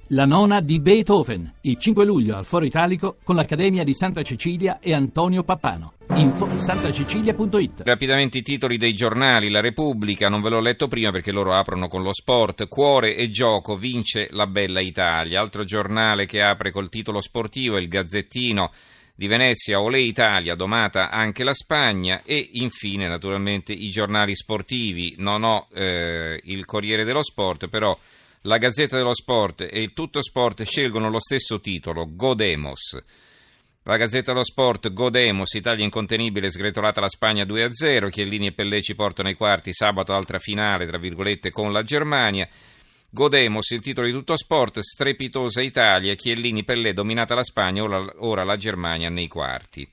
La nona di Beethoven, il 5 luglio al Foro Italico con l'Accademia di Santa Cecilia e Antonio Pappano. Info santacecilia.it. Rapidamente i titoli dei giornali. La Repubblica, non ve l'ho letto prima perché loro aprono con lo sport. Cuore e gioco, vince la bella Italia. Altro giornale che apre col titolo sportivo è il Gazzettino di Venezia, olè Italia, domata anche la Spagna. E infine naturalmente i giornali sportivi. Non ho il Corriere dello Sport, però la Gazzetta dello Sport e il Tutto Sport scelgono lo stesso titolo, Godemos. La Gazzetta dello Sport, Godemos, Italia incontenibile, sgretolata la Spagna 2-0, Chiellini e Pellè ci portano ai quarti, sabato altra finale, tra virgolette, con la Germania. Godemos, il titolo di Tutto Sport, strepitosa Italia, Chiellini, Pellè, dominata la Spagna, ora la Germania nei quarti.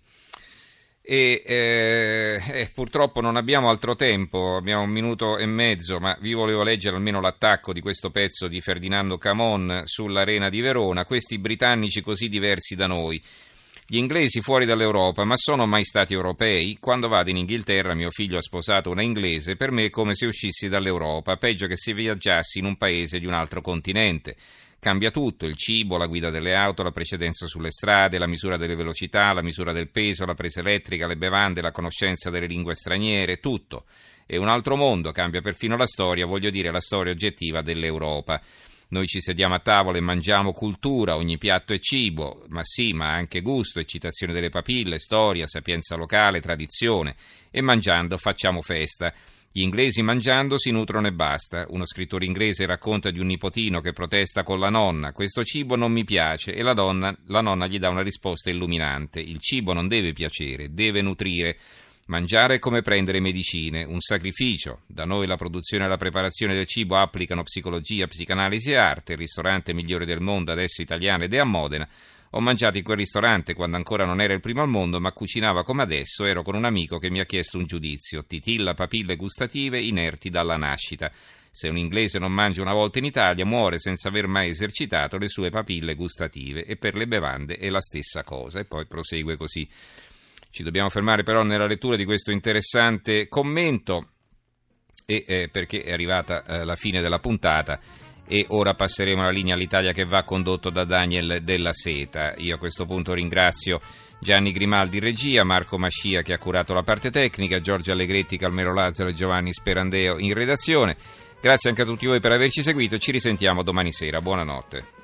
Purtroppo non abbiamo altro tempo, abbiamo 1 minuto e mezzo, ma vi volevo leggere almeno l'attacco di questo pezzo di Ferdinando Camon sull'Arena di Verona. Questi britannici così diversi da noi, gli inglesi fuori dall'Europa, ma sono mai stati europei? Quando vado in Inghilterra, mio figlio ha sposato una inglese, per me è come se uscissi dall'Europa, peggio che se viaggiassi in un paese di un altro continente. Cambia tutto, il cibo, la guida delle auto, la precedenza sulle strade, la misura delle velocità, la misura del peso, la presa elettrica, le bevande, la conoscenza delle lingue straniere, tutto. È un altro mondo, cambia perfino la storia, voglio dire la storia oggettiva dell'Europa. Noi ci sediamo a tavola e mangiamo cultura, ogni piatto è cibo, ma sì, ma anche gusto, eccitazione delle papille, storia, sapienza locale, tradizione. E mangiando facciamo festa. Gli inglesi mangiando si nutrono e basta. Uno scrittore inglese racconta di un nipotino che protesta con la nonna: questo cibo non mi piace, e la nonna gli dà una risposta illuminante: il cibo non deve piacere, deve nutrire. Mangiare è come prendere medicine, un sacrificio. Da noi la produzione e la preparazione del cibo applicano psicologia, psicanalisi e arte. Il ristorante migliore del mondo adesso italiano ed è a Modena. Ho mangiato in quel ristorante quando ancora non era il primo al mondo, ma cucinava come adesso. Ero con un amico che mi ha chiesto un giudizio. Titilla papille gustative inerti dalla nascita. Se un inglese non mangia una volta in Italia, muore senza aver mai esercitato le sue papille gustative. E per le bevande è la stessa cosa. E poi prosegue così. Ci dobbiamo fermare però nella lettura di questo interessante commento, perché è arrivata la fine della puntata. E ora passeremo la linea all'Italia che va, condotto da Daniel Della Seta. Io a questo punto ringrazio Gianni Grimaldi in regia, Marco Mascia che ha curato la parte tecnica, Giorgio Allegretti, Calmero Lazzaro e Giovanni Sperandeo in redazione. Grazie anche a tutti voi per averci seguito, ci risentiamo domani sera. Buonanotte.